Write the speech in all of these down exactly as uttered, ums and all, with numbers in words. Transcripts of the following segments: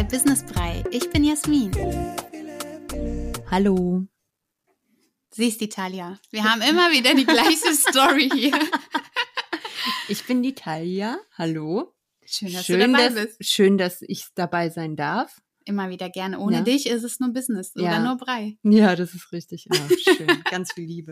Business Brei. Ich bin Jasmin. Hallo. Siehst die Talia. Wir haben immer wieder die gleiche Story hier. Ich bin die Talia. Hallo. Schön, dass schön, du dabei dass, bist. Schön, dass ich dabei sein darf. Immer wieder gerne. Ohne Ja. dich ist es nur Business Ja. oder nur Brei. Ja, das ist richtig. Ah, schön. Ganz viel Liebe.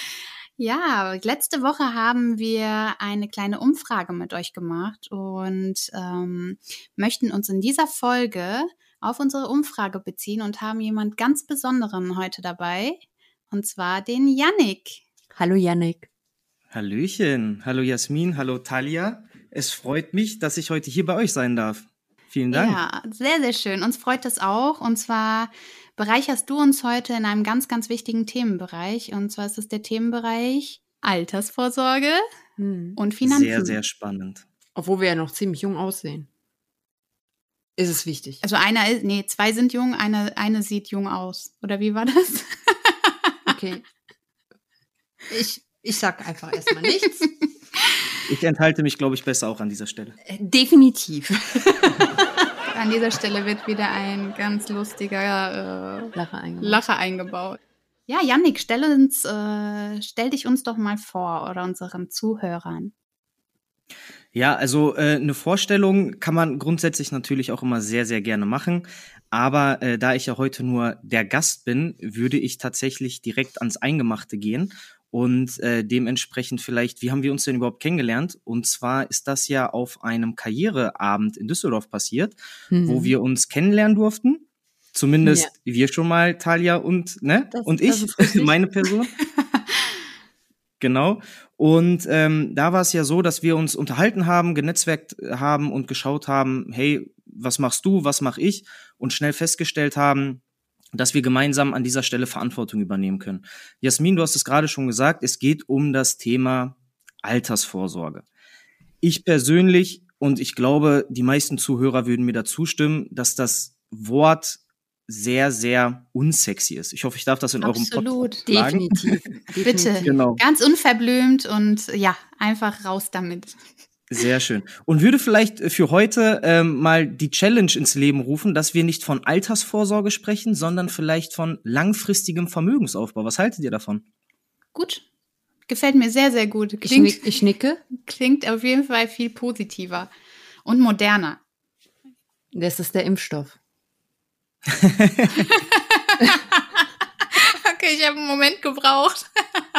Ja, letzte Woche haben wir eine kleine Umfrage mit euch gemacht und ähm, möchten uns in dieser Folge auf unsere Umfrage beziehen und haben jemand ganz Besonderen heute dabei, und zwar den Yannick. Hallo Yannick. Hallöchen, hallo Jasmin, hallo Talia. Es freut mich, dass ich heute hier bei euch sein darf. Vielen Dank. Ja, sehr, sehr schön. Uns freut es auch. Und zwar bereicherst du uns heute in einem ganz, ganz wichtigen Themenbereich. Und zwar ist es der Themenbereich Altersvorsorge Hm. und Finanzen. Sehr, sehr spannend. Obwohl wir ja noch ziemlich jung aussehen. Ist es wichtig. Also einer ist, nee, zwei sind jung, eine, eine sieht jung aus. Oder wie war das? Okay. Ich, ich sag einfach erstmal nichts. Ich enthalte mich, glaube ich, besser auch an dieser Stelle. Äh, Definitiv. An dieser Stelle wird wieder ein ganz lustiger äh, Lache eingebaut. Lacher eingebaut. Ja, Yannick, stell uns, äh, stell dich uns doch mal vor oder unseren Zuhörern. Ja, also äh, eine Vorstellung kann man grundsätzlich natürlich auch immer sehr, sehr gerne machen. Aber äh, da ich ja heute nur der Gast bin, würde ich tatsächlich direkt ans Eingemachte gehen. Und äh, dementsprechend vielleicht, wie haben wir uns denn überhaupt kennengelernt? Und zwar ist das ja auf einem Karriereabend in Düsseldorf passiert, Mhm. wo wir uns kennenlernen durften. Zumindest Ja. wir schon mal, Talia und ne Das- und das ich, ist richtig. meine Person. Genau. Und ähm, da war es ja so, dass wir uns unterhalten haben, genetzwerkt haben und geschaut haben, hey, was machst du, was mach ich? Und schnell festgestellt haben, dass wir gemeinsam an dieser Stelle Verantwortung übernehmen können. Jasmin, du hast es gerade schon gesagt, es geht um das Thema Altersvorsorge. Ich persönlich, und ich glaube, die meisten Zuhörer würden mir dazu stimmen, dass das Wort sehr, sehr unsexy ist. Ich hoffe, ich darf das in eurem Absolut. Podcast sagen. Definitiv. Bitte. Definitiv. Genau. Ganz unverblümt und ja, einfach raus damit. Sehr schön. Und würde vielleicht für heute ähm, mal die Challenge ins Leben rufen, dass wir nicht von Altersvorsorge sprechen, sondern vielleicht von langfristigem Vermögensaufbau. Was haltet ihr davon? Gut. Gefällt mir sehr, sehr gut. Ich, Klingt, nick, ich nicke. klingt auf jeden Fall viel positiver und moderner. Das ist der Impfstoff. Okay, ich habe einen Moment gebraucht.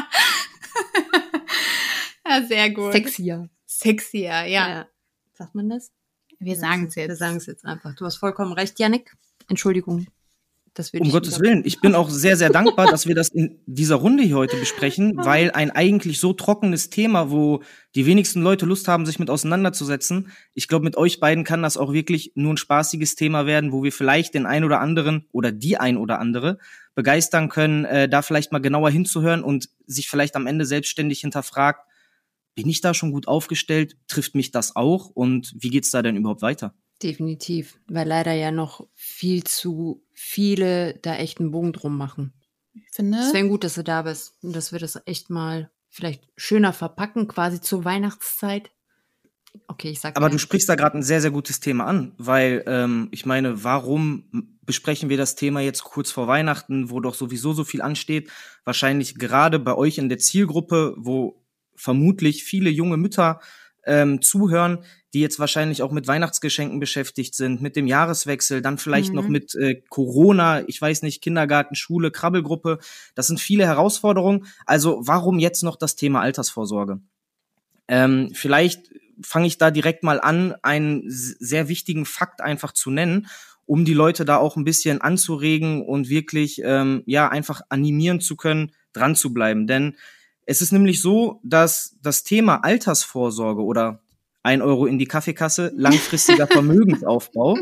Ja, sehr gut. Sexier. Sexier, ja. Sagt man das? Wir sagen es Wir jetzt. sagen es jetzt einfach. Du hast vollkommen recht, Yannick. Entschuldigung. Das würde Um ich Gottes wieder- Willen. Ich bin auch sehr, sehr dankbar, dass wir das in dieser Runde hier heute besprechen, weil ein eigentlich so trockenes Thema, wo die wenigsten Leute Lust haben, sich mit auseinanderzusetzen, ich glaube, mit euch beiden kann das auch wirklich nur ein spaßiges Thema werden, wo wir vielleicht den ein oder anderen oder die ein oder andere begeistern können, äh, da vielleicht mal genauer hinzuhören und sich vielleicht am Ende selbstständig hinterfragt, bin ich da schon gut aufgestellt? Trifft mich das auch? Und wie geht's da denn überhaupt weiter? Definitiv, weil leider ja noch viel zu viele da echt einen Bogen drum machen. Ich finde, Deswegen gut, dass du da bist und dass wir das echt mal vielleicht schöner verpacken, quasi zur Weihnachtszeit. Okay, ich sag Aber ja. du sprichst da gerade ein sehr, sehr gutes Thema an, weil ähm, ich meine, warum besprechen wir das Thema jetzt kurz vor Weihnachten, wo doch sowieso so viel ansteht? Wahrscheinlich gerade bei euch in der Zielgruppe, wo vermutlich viele junge Mütter ähm, zuhören, die jetzt wahrscheinlich auch mit Weihnachtsgeschenken beschäftigt sind, mit dem Jahreswechsel, dann vielleicht Mhm. noch mit äh, Corona, ich weiß nicht, Kindergarten, Schule, Krabbelgruppe. Das sind viele Herausforderungen. Also warum jetzt noch das Thema Altersvorsorge? Ähm, vielleicht fange ich da direkt mal an, einen s- sehr wichtigen Fakt einfach zu nennen, um die Leute da auch ein bisschen anzuregen und wirklich ähm, ja einfach animieren zu können, dran zu bleiben. Denn es ist nämlich so, dass das Thema Altersvorsorge oder ein Euro in die Kaffeekasse, langfristiger Vermögensaufbau,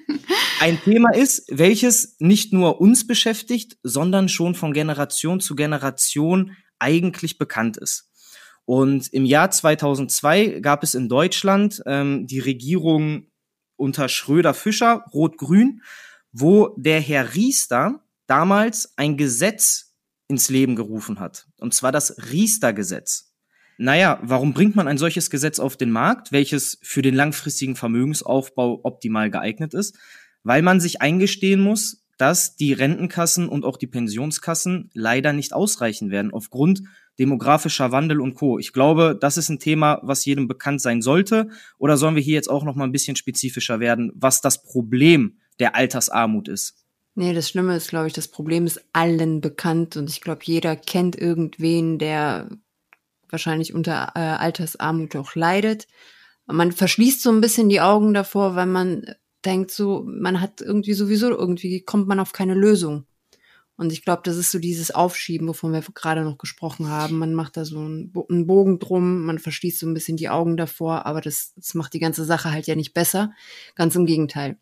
ein Thema ist, welches nicht nur uns beschäftigt, sondern schon von Generation zu Generation eigentlich bekannt ist. Und im Jahr zweitausendzwei gab es in Deutschland ähm, die Regierung unter Schröder-Fischer, Rot-Grün, wo der Herr Riester damals ein Gesetz ins Leben gerufen hat. Und zwar das Riester-Gesetz. Naja, warum bringt man ein solches Gesetz auf den Markt, welches für den langfristigen Vermögensaufbau optimal geeignet ist? weil man sich eingestehen muss, dass die Rentenkassen und auch die Pensionskassen leider nicht ausreichen werden aufgrund demografischer Wandel und Co. Ich glaube, das ist ein Thema, was jedem bekannt sein sollte. Oder sollen wir hier jetzt auch noch mal ein bisschen spezifischer werden, was das Problem der Altersarmut ist? Nee, das Schlimme ist, glaube ich, das Problem ist allen bekannt und ich glaube, jeder kennt irgendwen, der wahrscheinlich unter äh, Altersarmut auch leidet. Man verschließt so ein bisschen die Augen davor, weil man denkt so, man hat irgendwie sowieso, irgendwie kommt man auf keine Lösung. Und ich glaube, das ist so dieses Aufschieben, wovon wir gerade noch gesprochen haben. Man macht da so einen, Bo- einen Bogen drum, man verschließt so ein bisschen die Augen davor, aber das, das macht die ganze Sache halt ja nicht besser. Ganz im Gegenteil.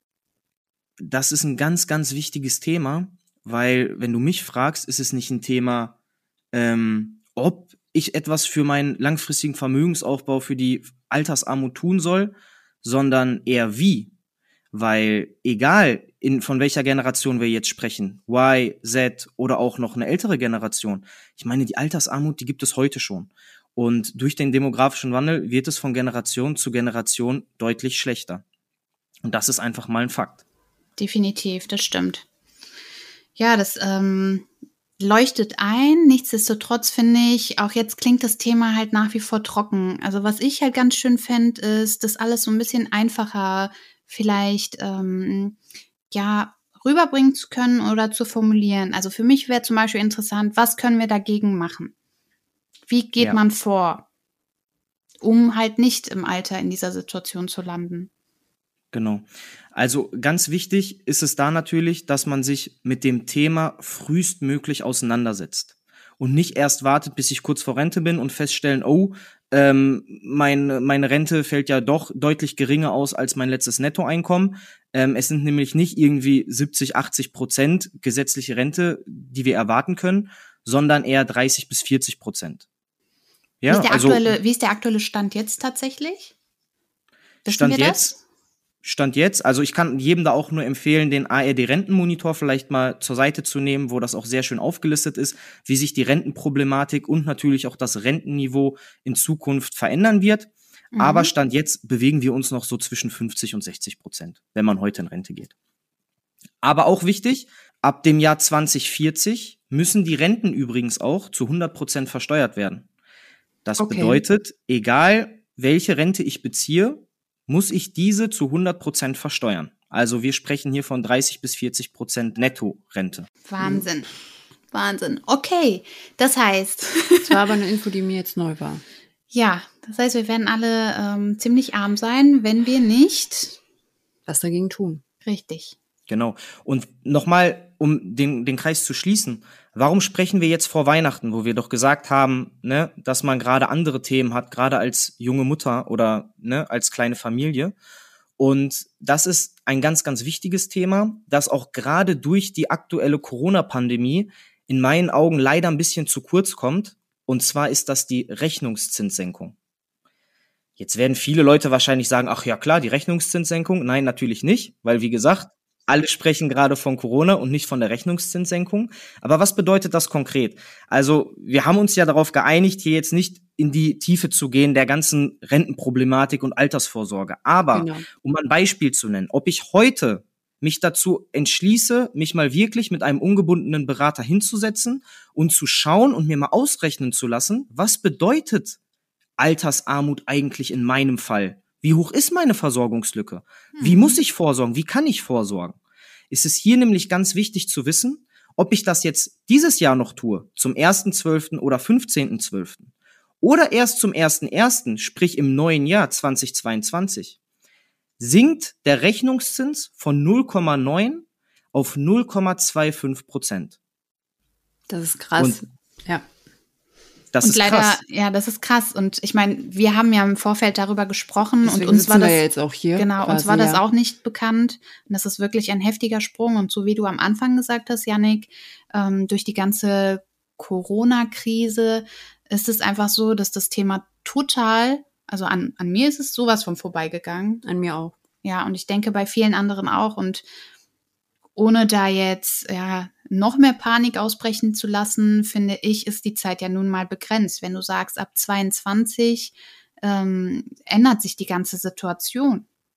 Das ist ein ganz, ganz wichtiges Thema, weil, wenn du mich fragst, ist es nicht ein Thema, ähm, ob ich etwas für meinen langfristigen Vermögensaufbau für die Altersarmut tun soll, sondern eher wie. Weil egal, in, von welcher Generation wir jetzt sprechen, Y, Z oder auch noch eine ältere Generation, ich meine, die Altersarmut, die gibt es heute schon. Und durch den demografischen Wandel wird es von Generation zu Generation deutlich schlechter. Und das ist einfach mal ein Fakt. Definitiv, das stimmt. Ja, das ähm, leuchtet ein. Nichtsdestotrotz finde ich, auch jetzt klingt das Thema halt nach wie vor trocken. Also was ich halt ganz schön fände, ist, das alles so ein bisschen einfacher vielleicht ähm, ja rüberbringen zu können oder zu formulieren. Also für mich wäre zum Beispiel interessant, was können wir dagegen machen? Wie geht Ja. man vor, um halt nicht im Alter in dieser Situation zu landen? Genau. Also ganz wichtig ist es da natürlich, dass man sich mit dem Thema frühestmöglich auseinandersetzt und nicht erst wartet, bis ich kurz vor Rente bin und feststellen, oh, ähm, mein, meine Rente fällt ja doch deutlich geringer aus als mein letztes Nettoeinkommen. Ähm, es sind nämlich nicht irgendwie siebzig, achtzig Prozent gesetzliche Rente, die wir erwarten können, sondern eher dreißig bis vierzig Prozent. Ja, wie, ist der also aktuelle, wie ist der aktuelle Stand jetzt tatsächlich? Wissen Stand wir das? jetzt, Stand jetzt, also ich kann jedem da auch nur empfehlen, den A R D-Rentenmonitor vielleicht mal zur Seite zu nehmen, wo das auch sehr schön aufgelistet ist, wie sich die Rentenproblematik und natürlich auch das Rentenniveau in Zukunft verändern wird. Mhm. Aber Stand jetzt bewegen wir uns noch so zwischen fünfzig und sechzig Prozent, wenn man heute in Rente geht. Aber auch wichtig, ab dem Jahr zwanzig vierzig müssen die Renten übrigens auch zu hundert Prozent versteuert werden. Das Okay. bedeutet, egal welche Rente ich beziehe, muss ich diese zu hundert Prozent versteuern. Also wir sprechen hier von dreißig bis vierzig Prozent Netto-Rente. Wahnsinn. Wahnsinn. Okay, das heißt, Das war aber eine Info, die mir jetzt neu war. ja, das heißt, wir werden alle ähm, ziemlich arm sein, wenn wir nicht Was dagegen tun? richtig. Genau. Und nochmal, um den, den Kreis zu schließen, warum sprechen wir jetzt vor Weihnachten, wo wir doch gesagt haben, ne, dass man gerade andere Themen hat, gerade als junge Mutter oder ne, als kleine Familie. Und das ist ein ganz, ganz wichtiges Thema, das auch gerade durch die aktuelle Corona-Pandemie in meinen Augen leider ein bisschen zu kurz kommt. Und zwar ist das die Rechnungszinssenkung. Jetzt werden viele Leute wahrscheinlich sagen, ach ja klar, die Rechnungszinssenkung. Nein, natürlich nicht, weil wie gesagt, alle sprechen gerade von Corona und nicht von der Rechnungszinssenkung. Aber was bedeutet das konkret? Also wir haben uns ja darauf geeinigt, hier jetzt nicht in die Tiefe zu gehen der ganzen Rentenproblematik und Altersvorsorge. Aber Genau. um ein Beispiel zu nennen, ob ich heute mich dazu entschließe, mich mal wirklich mit einem ungebundenen Berater hinzusetzen und zu schauen und mir mal ausrechnen zu lassen, was bedeutet Altersarmut eigentlich in meinem Fall? Wie hoch ist meine Versorgungslücke? Wie muss ich vorsorgen? Wie kann ich vorsorgen? Ist es hier nämlich ganz wichtig zu wissen, ob ich das jetzt dieses Jahr noch tue, zum ersten zwölften oder fünfzehnten zwölften oder erst zum ersten ersten, sprich im neuen Jahr zweitausendzweiundzwanzig, sinkt der Rechnungszins von null Komma neun auf null Komma fünfundzwanzig Prozent. Das ist krass. Und ja. Das und ist leider, krass. ja, das ist krass. Und ich meine, wir haben ja im Vorfeld darüber gesprochen Deswegen und uns sitzen war wir das ja jetzt auch hier. genau, uns quasi, war das ja. auch nicht bekannt. Und das ist wirklich ein heftiger Sprung. Und so wie du am Anfang gesagt hast, Jannik, ähm, durch die ganze Corona-Krise ist es einfach so, dass das Thema total, also an, an mir ist es sowas von vorbeigegangen. An mir auch. Ja, und ich denke bei vielen anderen auch. Und ohne da jetzt ja noch mehr Panik ausbrechen zu lassen, finde ich, ist die Zeit ja nun mal begrenzt. Wenn du sagst, ab zweiundzwanzig ähm, ändert sich die ganze Situation.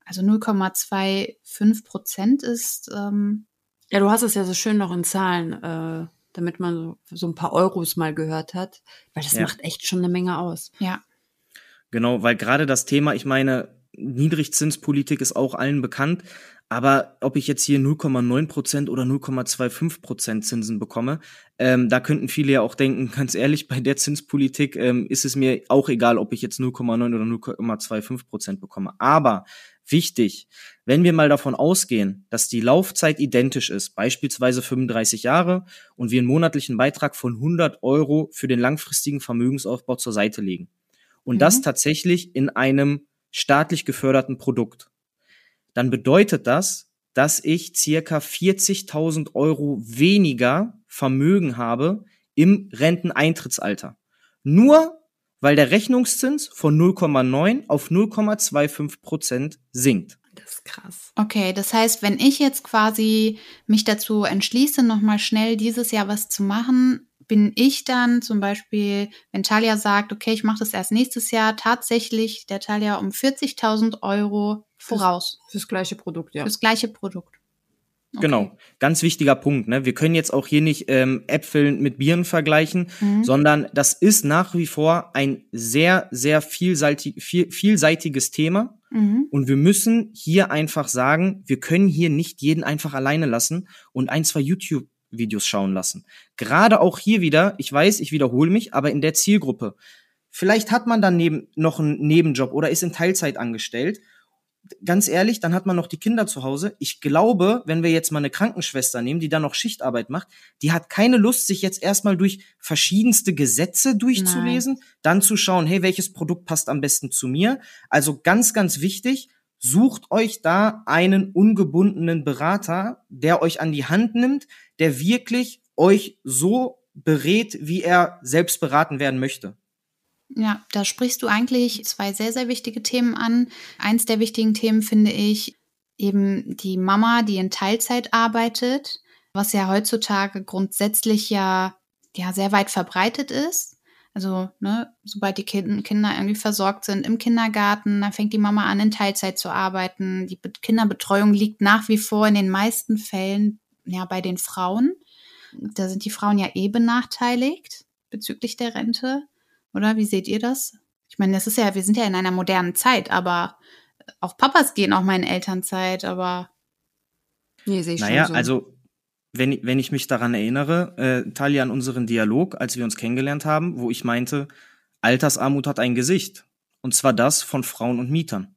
also null Komma fünfundzwanzig Prozent ist. Ähm, ja, du hast es ja so schön noch in Zahlen, äh, damit man so, so ein paar Euros mal gehört hat, weil das Ja. macht echt schon eine Menge aus. ja. Genau, weil gerade das Thema, ich meine, Niedrigzinspolitik ist auch allen bekannt, aber ob ich jetzt hier null Komma neun Prozent oder null Komma fünfundzwanzig Prozent Zinsen bekomme, ähm, da könnten viele ja auch denken, ganz ehrlich, bei der Zinspolitik ähm, ist es mir auch egal, ob ich jetzt null Komma neun oder null Komma fünfundzwanzig Prozent bekomme. Aber wichtig, wenn wir mal davon ausgehen, dass die Laufzeit identisch ist, beispielsweise fünfunddreißig Jahre, und wir einen monatlichen Beitrag von hundert Euro für den langfristigen Vermögensaufbau zur Seite legen, und Mhm. das tatsächlich in einem staatlich geförderten Produkt, dann bedeutet das, dass ich circa vierzigtausend Euro weniger Vermögen habe im Renteneintrittsalter. Nur weil der Rechnungszins von null Komma neun auf null Komma fünfundzwanzig Prozent sinkt. Das ist krass. Okay, das heißt, wenn ich jetzt quasi mich dazu entschließe, nochmal schnell dieses Jahr was zu machen, bin ich dann zum Beispiel, wenn Talia sagt, okay, ich mache das erst nächstes Jahr, tatsächlich der Talia um vierzigtausend Euro voraus Fürs gleiche Produkt, ja. fürs gleiche Produkt. Okay. Genau, ganz wichtiger Punkt. Ne? Wir können jetzt auch hier nicht ähm, Äpfel mit Birnen vergleichen, Mhm. sondern das ist nach wie vor ein sehr, sehr vielseitig, viel, vielseitiges Thema. Mhm. Und wir müssen hier einfach sagen, wir können hier nicht jeden einfach alleine lassen und ein, zwei YouTube-Videos schauen lassen. Gerade auch hier wieder, ich weiß, ich wiederhole mich, aber in der Zielgruppe. Vielleicht hat man dann neben, noch einen Nebenjob oder ist in Teilzeit angestellt. Ganz ehrlich, dann hat man noch die Kinder zu Hause. Ich glaube, wenn wir jetzt mal eine Krankenschwester nehmen, die dann noch Schichtarbeit macht, die hat keine Lust, sich jetzt erstmal durch verschiedenste Gesetze durchzulesen, Nein. dann zu schauen, hey, welches Produkt passt am besten zu mir? Also ganz, ganz wichtig, sucht euch da einen ungebundenen Berater, der euch an die Hand nimmt, der wirklich euch so berät, wie er selbst beraten werden möchte. Ja, da sprichst du eigentlich zwei sehr, sehr wichtige Themen an. Eins der wichtigen Themen finde ich eben die Mama, die in Teilzeit arbeitet, was ja heutzutage grundsätzlich ja, ja sehr weit verbreitet ist. Also, ne, sobald die kind, Kinder irgendwie versorgt sind im Kindergarten, dann fängt die Mama an, in Teilzeit zu arbeiten. Die Be- Kinderbetreuung liegt nach wie vor in den meisten Fällen ja bei den Frauen. Da sind die Frauen ja eh benachteiligt bezüglich der Rente. Oder wie seht ihr das? Ich meine, das ist ja, wir sind ja in einer modernen Zeit, aber auch Papas gehen auch mal in Elternzeit, aber Nee, sehe ich Naja, schon so. also wenn, ich- wenn ich mich daran erinnere, äh, Talia, an unseren Dialog, als wir uns kennengelernt haben, wo ich meinte, Altersarmut hat ein Gesicht. Und zwar das von Frauen und Mietern.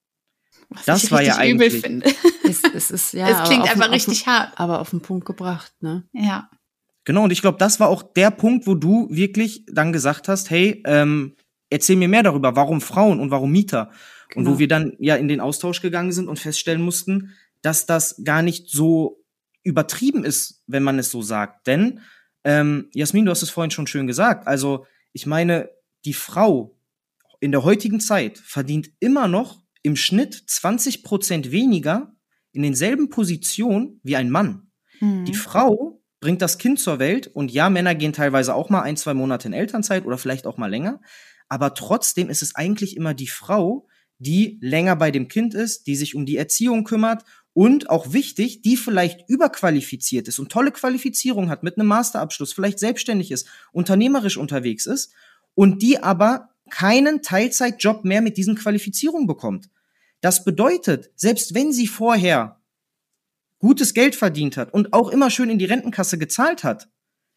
was Das ich war richtig ja übel eigentlich- finde. Es, es ist, ja, es aber klingt auf den- einfach auf richtig den, hart. aber auf den Punkt gebracht, ne? Ja. Genau, und ich glaube, das war auch der Punkt, wo du wirklich dann gesagt hast, hey, ähm, erzähl mir mehr darüber, warum Frauen und warum Mieter. Und Genau. wo wir dann ja in den Austausch gegangen sind und feststellen mussten, dass das gar nicht so übertrieben ist, wenn man es so sagt. Denn, ähm, Jasmin, du hast es vorhin schon schön gesagt, also ich meine, die Frau in der heutigen Zeit verdient immer noch im Schnitt zwanzig Prozent weniger in denselben Positionen wie ein Mann. Mhm. Die Frau bringt das Kind zur Welt und ja, Männer gehen teilweise auch mal ein, zwei Monate in Elternzeit oder vielleicht auch mal länger, aber trotzdem ist es eigentlich immer die Frau, die länger bei dem Kind ist, die sich um die Erziehung kümmert und auch wichtig, die vielleicht überqualifiziert ist und tolle Qualifizierung hat mit einem Masterabschluss, vielleicht selbstständig ist, unternehmerisch unterwegs ist und die aber keinen Teilzeitjob mehr mit diesen Qualifizierungen bekommt. Das bedeutet, selbst wenn sie vorher gutes Geld verdient hat und auch immer schön in die Rentenkasse gezahlt hat,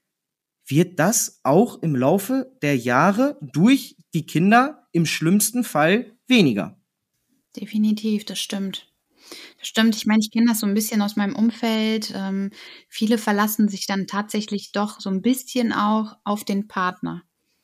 wird das auch im Laufe der Jahre durch die Kinder im schlimmsten Fall weniger. Definitiv, das stimmt. Das stimmt. Ich meine, ich kenne das so ein bisschen aus meinem Umfeld. Ähm, viele verlassen sich dann tatsächlich doch so ein bisschen auch auf den Partner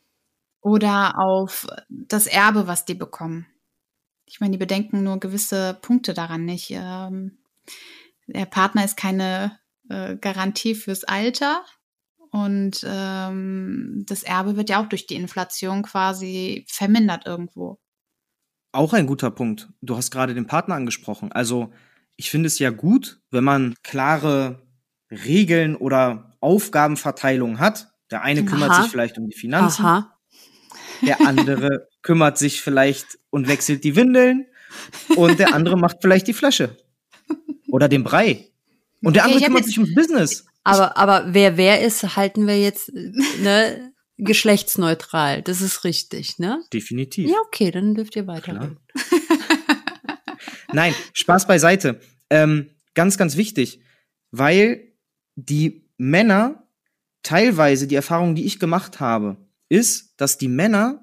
oder auf das Erbe, was die bekommen. Ich meine, die bedenken nur gewisse Punkte daran nicht. Ähm, der Partner ist keine äh, Garantie fürs Alter und ähm, das Erbe wird ja auch durch die Inflation quasi vermindert irgendwo. Auch ein guter Punkt. Du hast gerade den Partner angesprochen. Also ich finde es ja gut, wenn man klare Regeln oder Aufgabenverteilung hat. Der eine kümmert Aha. sich vielleicht um die Finanzen, Aha. der andere kümmert sich vielleicht und wechselt die Windeln und der andere macht vielleicht die Flasche. Oder den Brei. Und der Okay, andere ich hab kümmert jetzt- sich ums Business. Aber, aber wer wer ist, halten wir jetzt ne, geschlechtsneutral. Das ist richtig, ne? Definitiv. Ja, okay, dann dürft ihr weiterreden. Nein, Spaß beiseite. Ähm, ganz, ganz wichtig, weil die Männer teilweise, die Erfahrung, die ich gemacht habe, ist, dass die Männer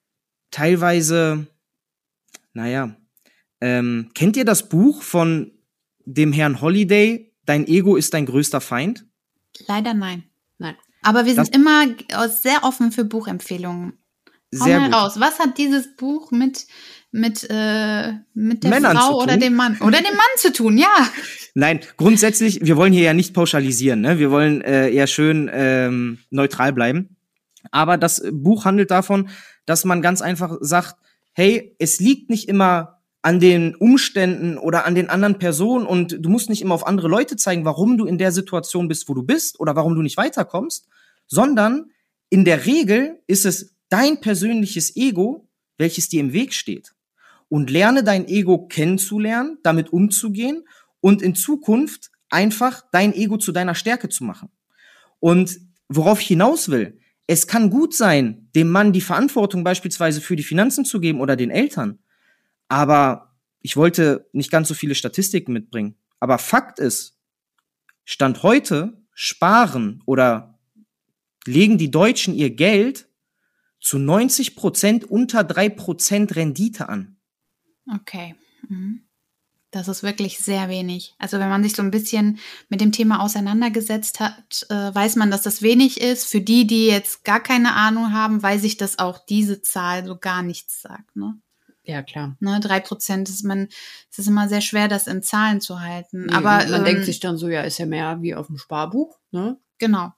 teilweise, naja, ähm, kennt ihr das Buch von dem Herrn Holiday, Dein Ego ist dein größter Feind? Leider nein. Nein. Aber wir Das- sind immer sehr offen für Buchempfehlungen. Hau Sehr mal gut. raus. Was hat dieses Buch mit, mit, äh, mit der Männern zu Frau oder tun? dem Mann? Oder dem Mann zu tun, ja. Nein, grundsätzlich, wir wollen hier ja nicht pauschalisieren, ne? Wir wollen äh, eher schön ähm, neutral bleiben. Aber das Buch handelt davon, dass man ganz einfach sagt, hey, es liegt nicht immer an den Umständen oder an den anderen Personen und du musst nicht immer auf andere Leute zeigen, warum du in der Situation bist, wo du bist oder warum du nicht weiterkommst, sondern in der Regel ist es dein persönliches Ego, welches dir im Weg steht. Und lerne dein Ego kennenzulernen, damit umzugehen und in Zukunft einfach dein Ego zu deiner Stärke zu machen. Und worauf ich hinaus will, es kann gut sein, dem Mann die Verantwortung beispielsweise für die Finanzen zu geben oder den Eltern. Aber ich wollte nicht ganz so viele Statistiken mitbringen. Aber Fakt ist, Stand heute sparen oder legen die Deutschen ihr Geld zu neunzig Prozent unter drei Prozent Rendite an. Okay. Mhm. Das ist wirklich sehr wenig. Also wenn man sich so ein bisschen mit dem Thema auseinandergesetzt hat, äh, weiß man, dass das wenig ist. Für die, die jetzt gar keine Ahnung haben, weiß ich, dass auch diese Zahl so gar nichts sagt. Ne? Ja, klar. Ne, drei Prozent ist man, es ist immer sehr schwer, das in Zahlen zu halten. Nee, Aber man ähm, denkt sich dann so, ja, ist ja mehr wie auf dem Sparbuch, ne? genau.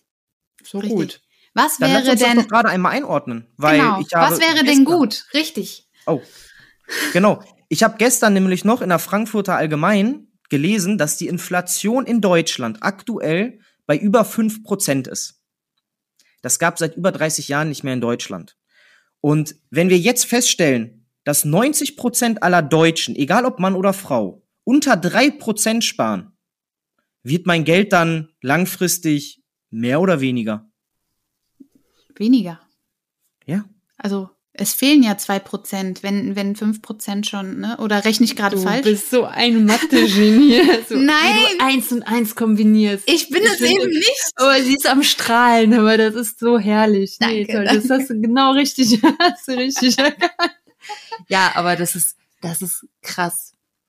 So Richtig. gut. Was Dann lass wäre uns das denn doch gerade einmal einordnen. Weil genau? ich habe Was wäre denn gestern- gut? Richtig. Oh, genau. Ich habe gestern nämlich noch in der Frankfurter Allgemein gelesen, dass die Inflation in Deutschland aktuell bei über fünf Prozent ist. Das gab seit über dreißig Jahren nicht mehr in Deutschland. Und wenn wir jetzt feststellen, dass neunzig Prozent aller Deutschen, egal ob Mann oder Frau, unter drei Prozent sparen, wird mein Geld dann langfristig mehr oder weniger? Weniger. Ja. Also es fehlen ja zwei Prozent, wenn, wenn fünf Prozent schon, ne? Oder rechne ich gerade Du falsch? bist so ein Mathe-Genie. So, Nein! Wie du eins und eins kombinierst. Ich bin es finde- eben nicht. Aber sie ist am Strahlen, aber das ist so herrlich. Nee, Danke, toll, das hast du genau richtig, hast du richtig erkannt. Ja, aber das ist, das ist krass.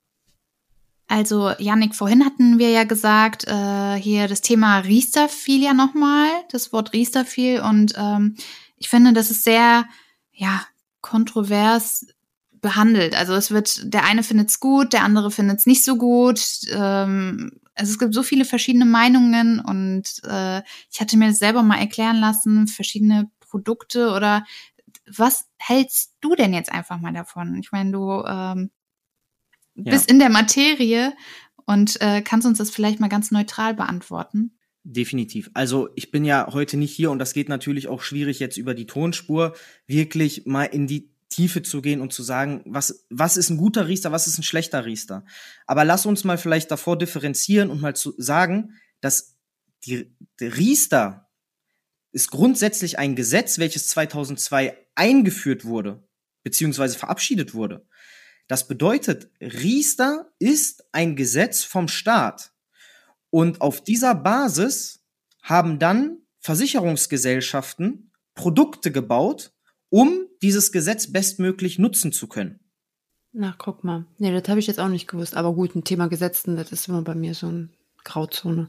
Also, Jannik, vorhin hatten wir ja gesagt, äh, hier das Thema Riester fiel ja nochmal, das Wort Riester fiel. Und ähm, ich finde, das ist sehr, ja, kontrovers behandelt. Also es wird, der eine findet es gut, der andere findet es nicht so gut. Ähm, also es gibt so viele verschiedene Meinungen und äh, ich hatte mir das selber mal erklären lassen, verschiedene Produkte oder was hältst du denn jetzt einfach mal davon? Ich meine, du ähm, Ja. bist in der Materie und äh, kannst uns das vielleicht mal ganz neutral beantworten. Definitiv. Also ich bin ja heute nicht hier und das geht natürlich auch schwierig, jetzt über die Tonspur wirklich mal in die Tiefe zu gehen und zu sagen, was, was ist ein guter Riester, was ist ein schlechter Riester. Aber lass uns mal vielleicht davor differenzieren und mal zu sagen, dass die, der Riester ist grundsätzlich ein Gesetz, welches zweitausendzwei eingeführt wurde, beziehungsweise verabschiedet wurde. Das bedeutet, Riester ist ein Gesetz vom Staat. Und auf dieser Basis haben dann Versicherungsgesellschaften Produkte gebaut, um dieses Gesetz bestmöglich nutzen zu können. Na, guck mal. Nee, das habe ich jetzt auch nicht gewusst. Aber gut, ein Thema Gesetzen, das ist immer bei mir so eine Grauzone.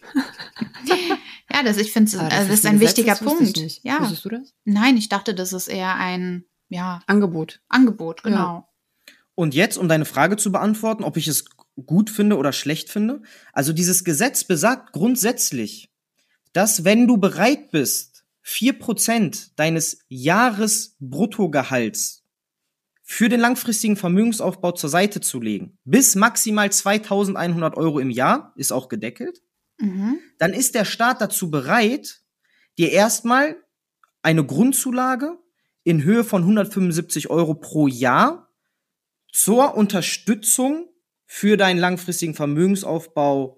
Ja, das, ich finde, Aber also das ist ein ein Gesetz, wichtiger das wusste ich Punkt. nicht. Ja. Wusstest du das? Nein, ich dachte, das ist eher ein, ja, Angebot. Angebot, genau. Und jetzt, um deine Frage zu beantworten, ob ich es gut finde oder schlecht finde. Also dieses Gesetz besagt grundsätzlich, dass wenn du bereit bist, vier Prozent deines Jahresbruttogehalts für den langfristigen Vermögensaufbau zur Seite zu legen, bis maximal zweitausendeinhundert Euro im Jahr, ist auch gedeckelt, Mhm. dann ist der Staat dazu bereit, dir erstmal eine Grundzulage in Höhe von hundertfünfundsiebzig Euro pro Jahr zur Unterstützung für deinen langfristigen Vermögensaufbau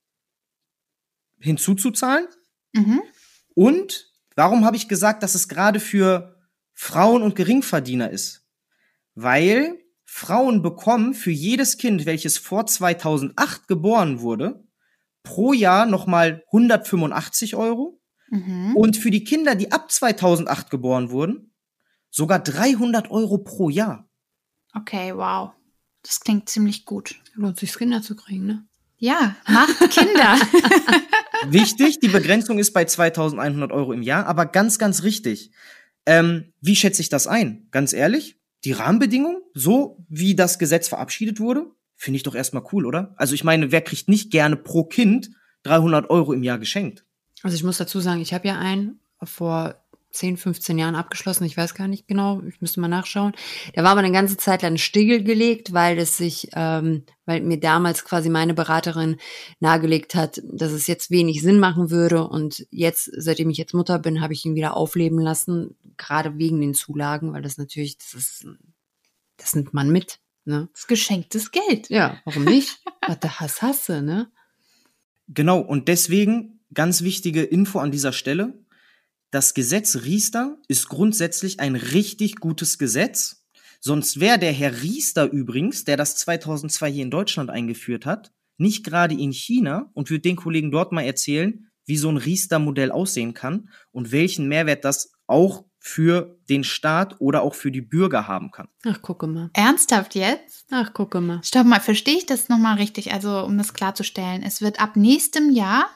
hinzuzuzahlen. Mhm. Und warum habe ich gesagt, dass es gerade für Frauen und Geringverdiener ist? Weil Frauen bekommen für jedes Kind, welches vor zweitausendacht geboren wurde, pro Jahr nochmal hundertfünfundachtzig Euro. Mhm. Und für die Kinder, die ab zweitausendacht geboren wurden, sogar dreihundert Euro pro Jahr. Okay, wow. Das klingt ziemlich gut. Lohnt sich, Kinder zu kriegen, ne? Ja, macht Kinder. Wichtig, die Begrenzung ist bei zweitausendeinhundert Euro im Jahr, aber ganz, ganz richtig. Ähm, wie schätze ich das ein? Ganz ehrlich, die Rahmenbedingungen, so wie das Gesetz verabschiedet wurde, finde ich doch erstmal cool, oder? Also ich meine, wer kriegt nicht gerne pro Kind dreihundert Euro im Jahr geschenkt? Also ich muss dazu sagen, ich habe ja einen vor zehn, fünfzehn Jahren abgeschlossen. Ich weiß gar nicht genau, ich müsste mal nachschauen. Der war aber eine ganze Zeit lang stillgelegt, weil es sich, ähm, weil mir damals quasi meine Beraterin nahegelegt hat, dass es jetzt wenig Sinn machen würde. Und jetzt, seitdem ich jetzt Mutter bin, habe ich ihn wieder aufleben lassen, gerade wegen den Zulagen, weil das natürlich, das ist, das nimmt man mit, ne? Das ist geschenktes Geld. Ja, warum nicht? Was der Hass hasse, ne? Genau, und deswegen ganz wichtige Info an dieser Stelle. Das Gesetz Riester ist grundsätzlich ein richtig gutes Gesetz. Sonst wäre der Herr Riester übrigens, der das zweitausendzwei hier in Deutschland eingeführt hat, nicht gerade in China und würde den Kollegen dort mal erzählen, wie so ein Riester-Modell aussehen kann und welchen Mehrwert das auch für den Staat oder auch für die Bürger haben kann. Ach, gucke mal. Ernsthaft jetzt? Ach, gucke mal. Stopp mal, verstehe ich das nochmal richtig? Also, um das klarzustellen. Es wird ab nächstem Jahr,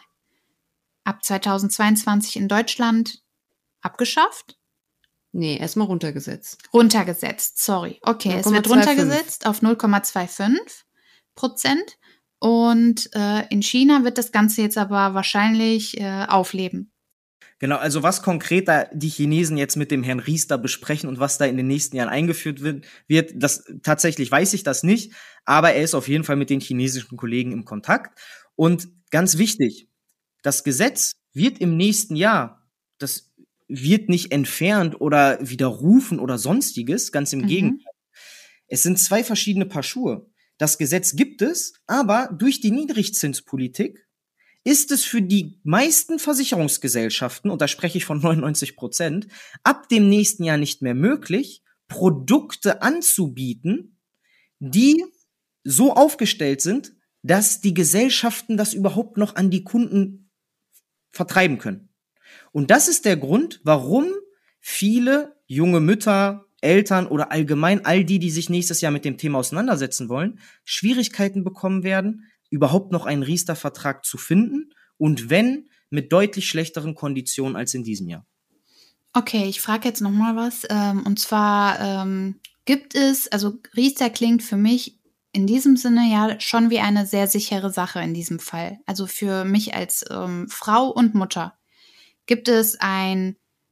ab zweitausendzweiundzwanzig in Deutschland, abgeschafft? Nee, erstmal runtergesetzt. Runtergesetzt, sorry. Okay, es wird null Komma fünfundzwanzig runtergesetzt auf null Komma fünfundzwanzig Prozent. Und äh, in China wird das Ganze jetzt aber wahrscheinlich äh, aufleben. Genau, also was konkret da die Chinesen jetzt mit dem Herrn Riester besprechen und was da in den nächsten Jahren eingeführt wird, wird, das tatsächlich weiß ich das nicht, aber er ist auf jeden Fall mit den chinesischen Kollegen im Kontakt. Und ganz wichtig, das Gesetz wird im nächsten Jahr, das wird nicht entfernt oder widerrufen oder sonstiges, ganz im Mhm. Gegenteil. Es sind zwei verschiedene Paar Schuhe. Das Gesetz gibt es, aber durch die Niedrigzinspolitik ist es für die meisten Versicherungsgesellschaften, und da spreche ich von neunundneunzig Prozent, ab dem nächsten Jahr nicht mehr möglich, Produkte anzubieten, die so aufgestellt sind, dass die Gesellschaften das überhaupt noch an die Kunden vertreiben können. Und das ist der Grund, warum viele junge Mütter, Eltern oder allgemein all die, die sich nächstes Jahr mit dem Thema auseinandersetzen wollen, Schwierigkeiten bekommen werden, überhaupt noch einen Riester-Vertrag zu finden und wenn, mit deutlich schlechteren Konditionen als in diesem Jahr. Okay, ich frage jetzt noch mal was. Ähm, und zwar ähm, gibt es, also Riester klingt für mich in diesem Sinne ja schon wie eine sehr sichere Sache in diesem Fall. Also für mich als ähm, Frau und Mutter. Gibt es ein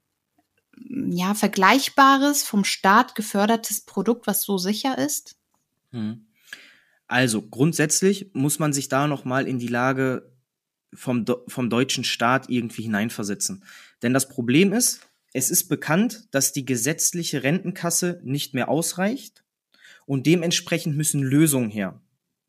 ja, vergleichbares, vom Staat gefördertes Produkt, was so sicher ist? Also grundsätzlich muss man sich da noch mal in die Lage vom, vom deutschen Staat irgendwie hineinversetzen. Denn das Problem ist, es ist bekannt, dass die gesetzliche Rentenkasse nicht mehr ausreicht und dementsprechend müssen Lösungen her.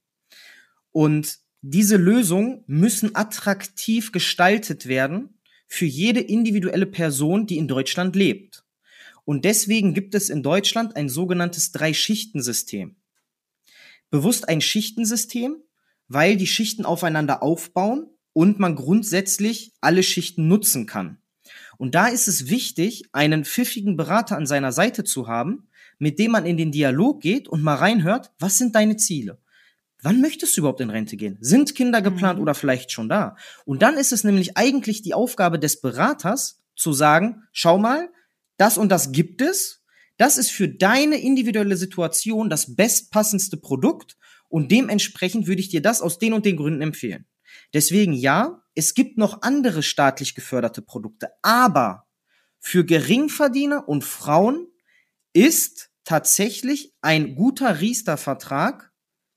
Und diese Lösungen müssen attraktiv gestaltet werden für jede individuelle Person, die in Deutschland lebt. Und deswegen gibt es in Deutschland ein sogenanntes Drei-Schichten-System. Bewusst ein Schichtensystem, weil die Schichten aufeinander aufbauen und man grundsätzlich alle Schichten nutzen kann. Und da ist es wichtig, einen pfiffigen Berater an seiner Seite zu haben, mit dem man in den Dialog geht und mal reinhört, was sind deine Ziele? Wann möchtest du überhaupt in Rente gehen? Sind Kinder geplant mhm. oder vielleicht schon da? Und dann ist es nämlich eigentlich die Aufgabe des Beraters, zu sagen, schau mal, das und das gibt es. Das ist für deine individuelle Situation das bestpassendste Produkt und dementsprechend würde ich dir das aus den und den Gründen empfehlen. Deswegen ja, es gibt noch andere staatlich geförderte Produkte, aber für Geringverdiener und Frauen ist tatsächlich ein guter Riester-Vertrag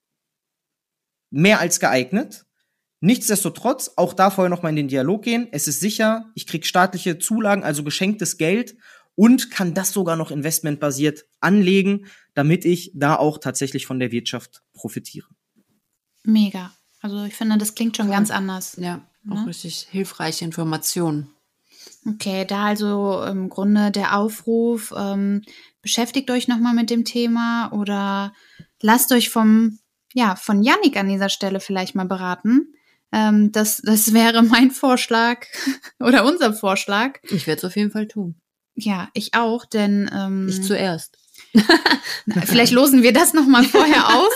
mehr als geeignet. Nichtsdestotrotz, auch da vorher noch mal in den Dialog gehen. Es ist sicher, ich krieg staatliche Zulagen, also geschenktes Geld und kann das sogar noch investmentbasiert anlegen, damit ich da auch tatsächlich von der Wirtschaft profitiere. Mega. Also ich finde, das klingt schon Cool. ganz anders. Ja, auch Ne? richtig hilfreiche Informationen. Okay, da also im Grunde der Aufruf, ähm, beschäftigt euch nochmal mit dem Thema oder lasst euch vom, ja, von Yannick an dieser Stelle vielleicht mal beraten. Ähm, das, das wäre mein Vorschlag oder unser Vorschlag. Ich werde es auf jeden Fall tun. Ja, ich auch, denn ähm, Ich zuerst. vielleicht losen wir das nochmal vorher aus.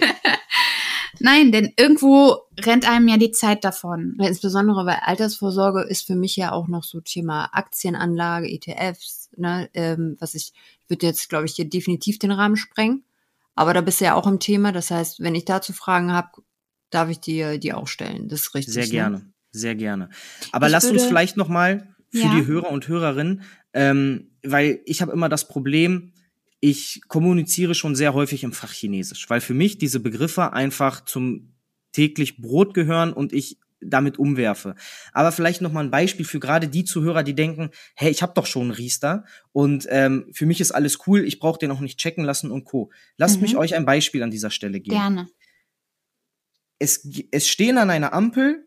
Nein, denn irgendwo rennt einem ja die Zeit davon. Ja, insbesondere, weil Altersvorsorge ist für mich ja auch noch so Thema Aktienanlage, E T Fs, ne, ähm, was ich, würde jetzt, glaube ich, hier definitiv den Rahmen sprengen. Aber da bist du ja auch im Thema. Das heißt, wenn ich dazu Fragen habe, darf ich dir die auch stellen. Das ist richtig. Sehr ne? gerne, sehr gerne. Aber Ich lasst uns würde- vielleicht noch mal für Ja. die Hörer und Hörerinnen, ähm, weil ich habe immer das Problem, ich kommuniziere schon sehr häufig im Fach Chinesisch, weil für mich diese Begriffe einfach zum täglich Brot gehören und ich damit umwerfe. Aber vielleicht noch mal ein Beispiel für gerade die Zuhörer, die denken, hey, ich habe doch schon einen Riester und ähm, für mich ist alles cool, ich brauche den auch nicht checken lassen und Co. Lasst Mhm. mich euch ein Beispiel an dieser Stelle geben. Gerne. Es, es stehen an einer Ampel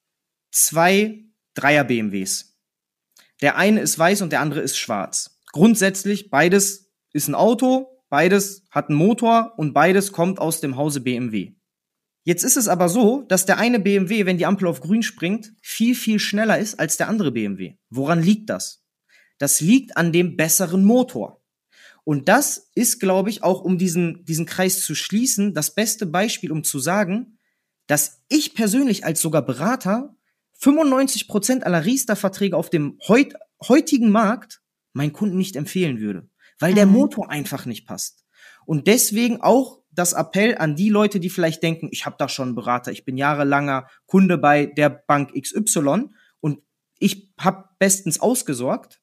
zwei Dreier-B M Ws. Der eine ist weiß und der andere ist schwarz. Grundsätzlich, beides ist ein Auto, beides hat einen Motor und beides kommt aus dem Hause B M W. Jetzt ist es aber so, dass der eine B M W, wenn die Ampel auf grün springt, viel, viel schneller ist als der andere B M W. Woran liegt das? Das liegt an dem besseren Motor. Und das ist, glaube ich, auch um diesen, diesen Kreis zu schließen, das beste Beispiel, um zu sagen, dass ich persönlich als sogar Berater fünfundneunzig Prozent aller Riester-Verträge auf dem heut, heutigen Markt meinen Kunden nicht empfehlen würde, weil der Mhm. Motor einfach nicht passt. Und deswegen auch das Appell an die Leute, die vielleicht denken, ich habe da schon einen Berater, ich bin jahrelanger Kunde bei der Bank X Y und ich habe bestens ausgesorgt,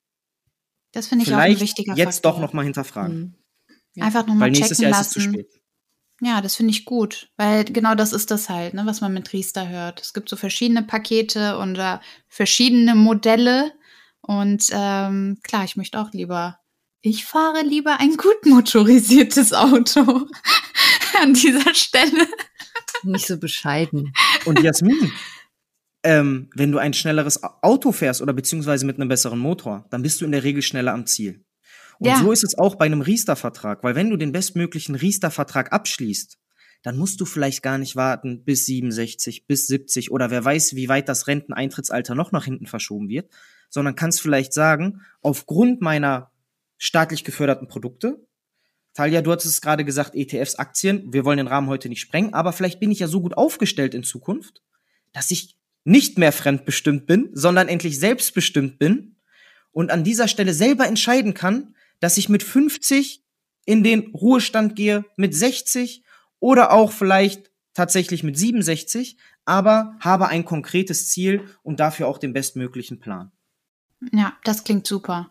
Das finde ich auch ein vielleicht wichtiger jetzt Faktor. doch noch mal hinterfragen, Mhm. Ja. Einfach nochmal weil nächstes checken Jahr ist es zu lassen. spät. Ja, das finde ich gut, weil genau das ist das halt, ne, was man mit Riester hört. Es gibt so verschiedene Pakete und äh, verschiedene Modelle und ähm, klar, ich möchte auch lieber, ich fahre lieber ein gut motorisiertes Auto an dieser Stelle. Nicht so bescheiden. Und Jasmin, ähm, wenn du ein schnelleres Auto fährst oder beziehungsweise mit einem besseren Motor, dann bist du in der Regel schneller am Ziel. Und Ja. so ist es auch bei einem Riester-Vertrag, weil wenn du den bestmöglichen Riester-Vertrag abschließt, dann musst du vielleicht gar nicht warten bis siebenundsechzig, bis siebzig oder wer weiß, wie weit das Renteneintrittsalter noch nach hinten verschoben wird, sondern kannst vielleicht sagen, aufgrund meiner staatlich geförderten Produkte, Talia, du hattest es gerade gesagt, E T Fs, Aktien, wir wollen den Rahmen heute nicht sprengen, aber vielleicht bin ich ja so gut aufgestellt in Zukunft, dass ich nicht mehr fremdbestimmt bin, sondern endlich selbstbestimmt bin und an dieser Stelle selber entscheiden kann, dass ich mit fünfzig in den Ruhestand gehe, mit sechzig oder auch vielleicht tatsächlich mit siebenundsechzig, aber habe ein konkretes Ziel und dafür auch den bestmöglichen Plan. Ja, das klingt super.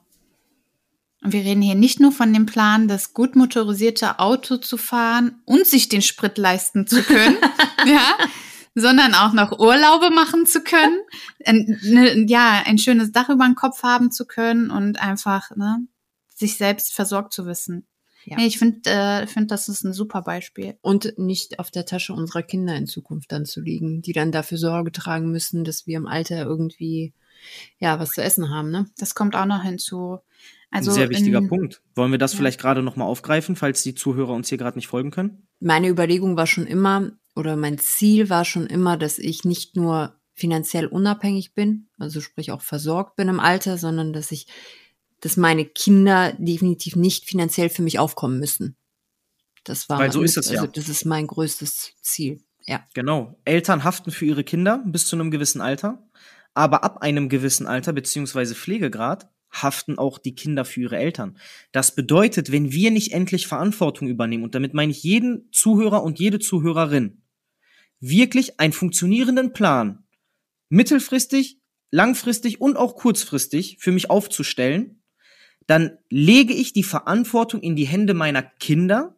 Und wir reden hier nicht nur von dem Plan, das gut motorisierte Auto zu fahren und sich den Sprit leisten zu können, ja, sondern auch noch Urlaube machen zu können, ein, ne, ja, ein schönes Dach über den Kopf haben zu können und einfach, ne, sich selbst versorgt zu wissen. Ja. Nee, ich finde, äh, find, das ist ein super Beispiel. Und nicht auf der Tasche unserer Kinder in Zukunft dann zu liegen, die dann dafür Sorge tragen müssen, dass wir im Alter irgendwie, ja, was zu essen haben, ne? Das kommt auch noch hinzu. Also Ein sehr wichtiger in, Punkt. Wollen wir das Ja. vielleicht gerade noch mal aufgreifen, falls die Zuhörer uns hier gerade nicht folgen können? Meine Überlegung war schon immer, oder mein Ziel war schon immer, dass ich nicht nur finanziell unabhängig bin, also sprich auch versorgt bin im Alter, sondern dass ich, dass meine Kinder definitiv nicht finanziell für mich aufkommen müssen. Das war, Weil so mein- ist es ja. also das ist mein größtes Ziel. Ja. Genau. Eltern haften für ihre Kinder bis zu einem gewissen Alter, aber ab einem gewissen Alter beziehungsweise Pflegegrad haften auch die Kinder für ihre Eltern. Das bedeutet, wenn wir nicht endlich Verantwortung übernehmen, und damit meine ich jeden Zuhörer und jede Zuhörerin, wirklich einen funktionierenden Plan, mittelfristig, langfristig und auch kurzfristig für mich aufzustellen, dann lege ich die Verantwortung in die Hände meiner Kinder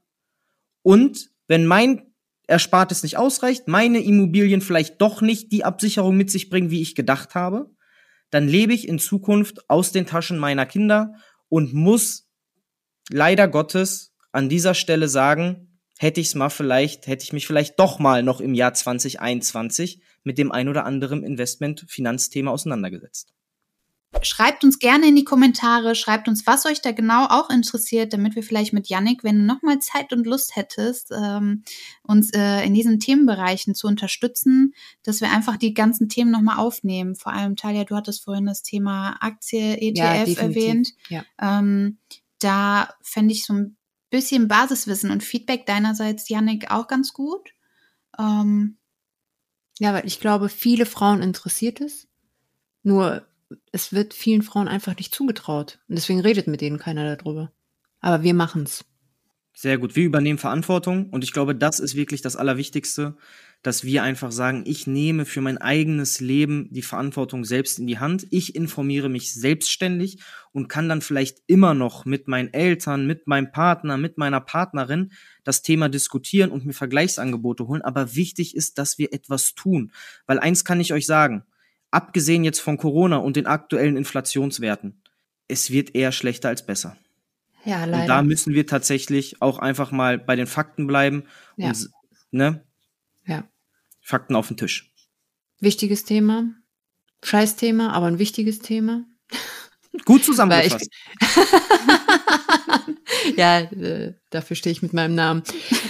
und wenn mein Erspartes nicht ausreicht, meine Immobilien vielleicht doch nicht die Absicherung mit sich bringen, wie ich gedacht habe, dann lebe ich in Zukunft aus den Taschen meiner Kinder und muss leider Gottes an dieser Stelle sagen, hätte ich's mal vielleicht, hätte ich mich vielleicht doch mal noch im Jahr zwanzig einundzwanzig mit dem ein oder anderen Investment-Finanzthema auseinandergesetzt. Schreibt uns gerne in die Kommentare, schreibt uns, was euch da genau auch interessiert, damit wir vielleicht mit Yannick, wenn du nochmal Zeit und Lust hättest, ähm, uns äh, in diesen Themenbereichen zu unterstützen, dass wir einfach die ganzen Themen nochmal aufnehmen. Vor allem, Talia, du hattest vorhin das Thema Aktie, E T F Ja, erwähnt. Ja. Ähm, da fände ich so ein bisschen Basiswissen und Feedback deinerseits, Yannick, auch ganz gut. Ähm, Ja, weil ich glaube, viele Frauen interessiert es. Nur es wird vielen Frauen einfach nicht zugetraut. Und deswegen redet mit denen keiner darüber. Aber wir machen's. Sehr gut. Wir übernehmen Verantwortung und ich glaube, das ist wirklich das Allerwichtigste, dass wir einfach sagen, ich nehme für mein eigenes Leben die Verantwortung selbst in die Hand. Ich informiere mich selbstständig und kann dann vielleicht immer noch mit meinen Eltern, mit meinem Partner, mit meiner Partnerin das Thema diskutieren und mir Vergleichsangebote holen. Aber wichtig ist, dass wir etwas tun. Weil eins kann ich euch sagen, abgesehen jetzt von Corona und den aktuellen Inflationswerten, es wird eher schlechter als besser. Ja, leider. Und da müssen wir tatsächlich auch einfach mal bei den Fakten bleiben Ja. und ne, Ja. Fakten auf den Tisch. Wichtiges Thema. Scheißthema, aber ein wichtiges Thema. Gut zusammengefasst. ja, äh, dafür stehe ich mit meinem Namen.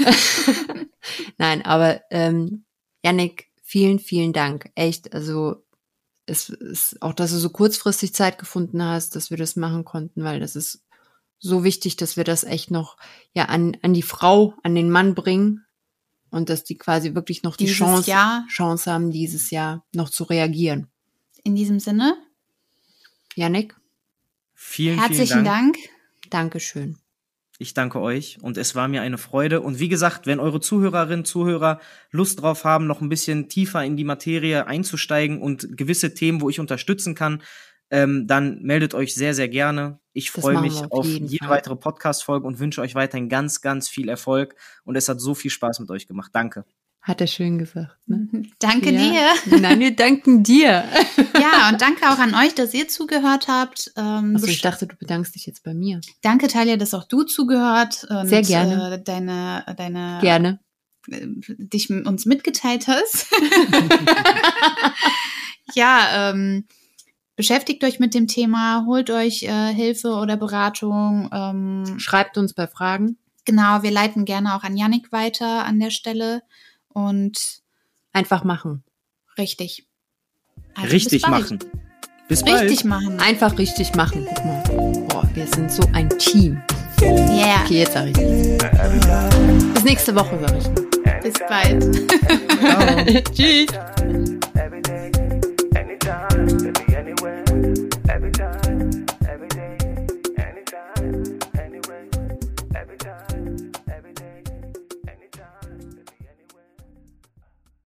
Nein, aber ähm, Yannick, vielen, vielen Dank. Echt, also es ist auch, dass du so kurzfristig Zeit gefunden hast, dass wir das machen konnten, weil das ist so wichtig, dass wir das echt noch ja an an die Frau, an den Mann bringen und dass die quasi wirklich noch die Dieses Chance, Jahr. Chance haben, dieses Jahr noch zu reagieren. in diesem Sinne, Yannick, Vielen, herzlichen vielen Dank. Dank. Dankeschön. Ich danke euch und es war mir eine Freude. Und wie gesagt, wenn eure Zuhörerinnen, Zuhörer Lust drauf haben, noch ein bisschen tiefer in die Materie einzusteigen und gewisse Themen, wo ich unterstützen kann, ähm, dann meldet euch sehr, sehr gerne. Ich Das freue machen mich wir auf auf jeden jede Fall. weitere Podcast-Folge und wünsche euch weiterhin ganz, ganz viel Erfolg. Und es hat so viel Spaß mit euch gemacht. Danke. Hat er schön gesagt. Ne? Danke Ja. dir. Nein, wir danken dir. Ja, und danke auch an euch, dass ihr zugehört habt. Ähm, Achso, ich dachte, du bedankst dich jetzt bei mir. Danke, Talia, dass auch du zugehört und Sehr gerne. Äh, deine, deine Gerne. äh, dich m- uns mitgeteilt hast. Ja, ähm, beschäftigt euch mit dem Thema, holt euch äh, Hilfe oder Beratung. Ähm, Schreibt uns bei Fragen. genau, wir leiten gerne auch an Yannick weiter an der Stelle. Und Einfach machen. richtig. Also Richtig bis bald. machen. Bis bald. Richtig machen. Einfach richtig machen. Guck mal. Boah, wir sind so ein Team. Yeah. Okay, jetzt sag ich. Bis nächste Woche, sag ich. Bis bald. Ciao. Tschüss.